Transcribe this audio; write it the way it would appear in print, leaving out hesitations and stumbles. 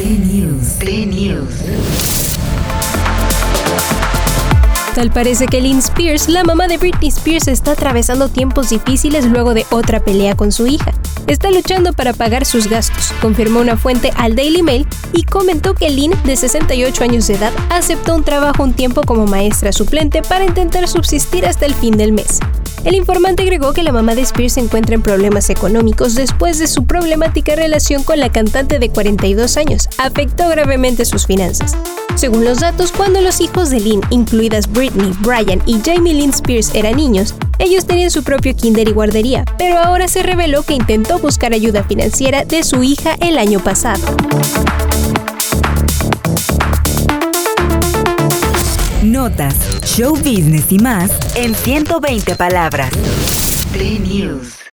T-News. Tal parece que Lynn Spears, la mamá de Britney Spears, está atravesando tiempos difíciles luego de otra pelea con su hija. Está luchando para pagar sus gastos, confirmó una fuente al Daily Mail y comentó que Lynn, de 68 años de edad, aceptó un trabajo un tiempo como maestra suplente para intentar subsistir hasta el fin del mes. El informante agregó que la mamá de Spears se encuentra en problemas económicos después de su problemática relación con la cantante de 42 años. Afectó gravemente sus finanzas. Según los datos, cuando los hijos de Lynn, incluidas Britney, Brian y Jamie Lynn Spears, eran niños, ellos tenían su propio kinder y guardería, pero ahora se reveló que intentó buscar ayuda financiera de su hija el año pasado. Notas, show business y más en 120 palabras. T-News.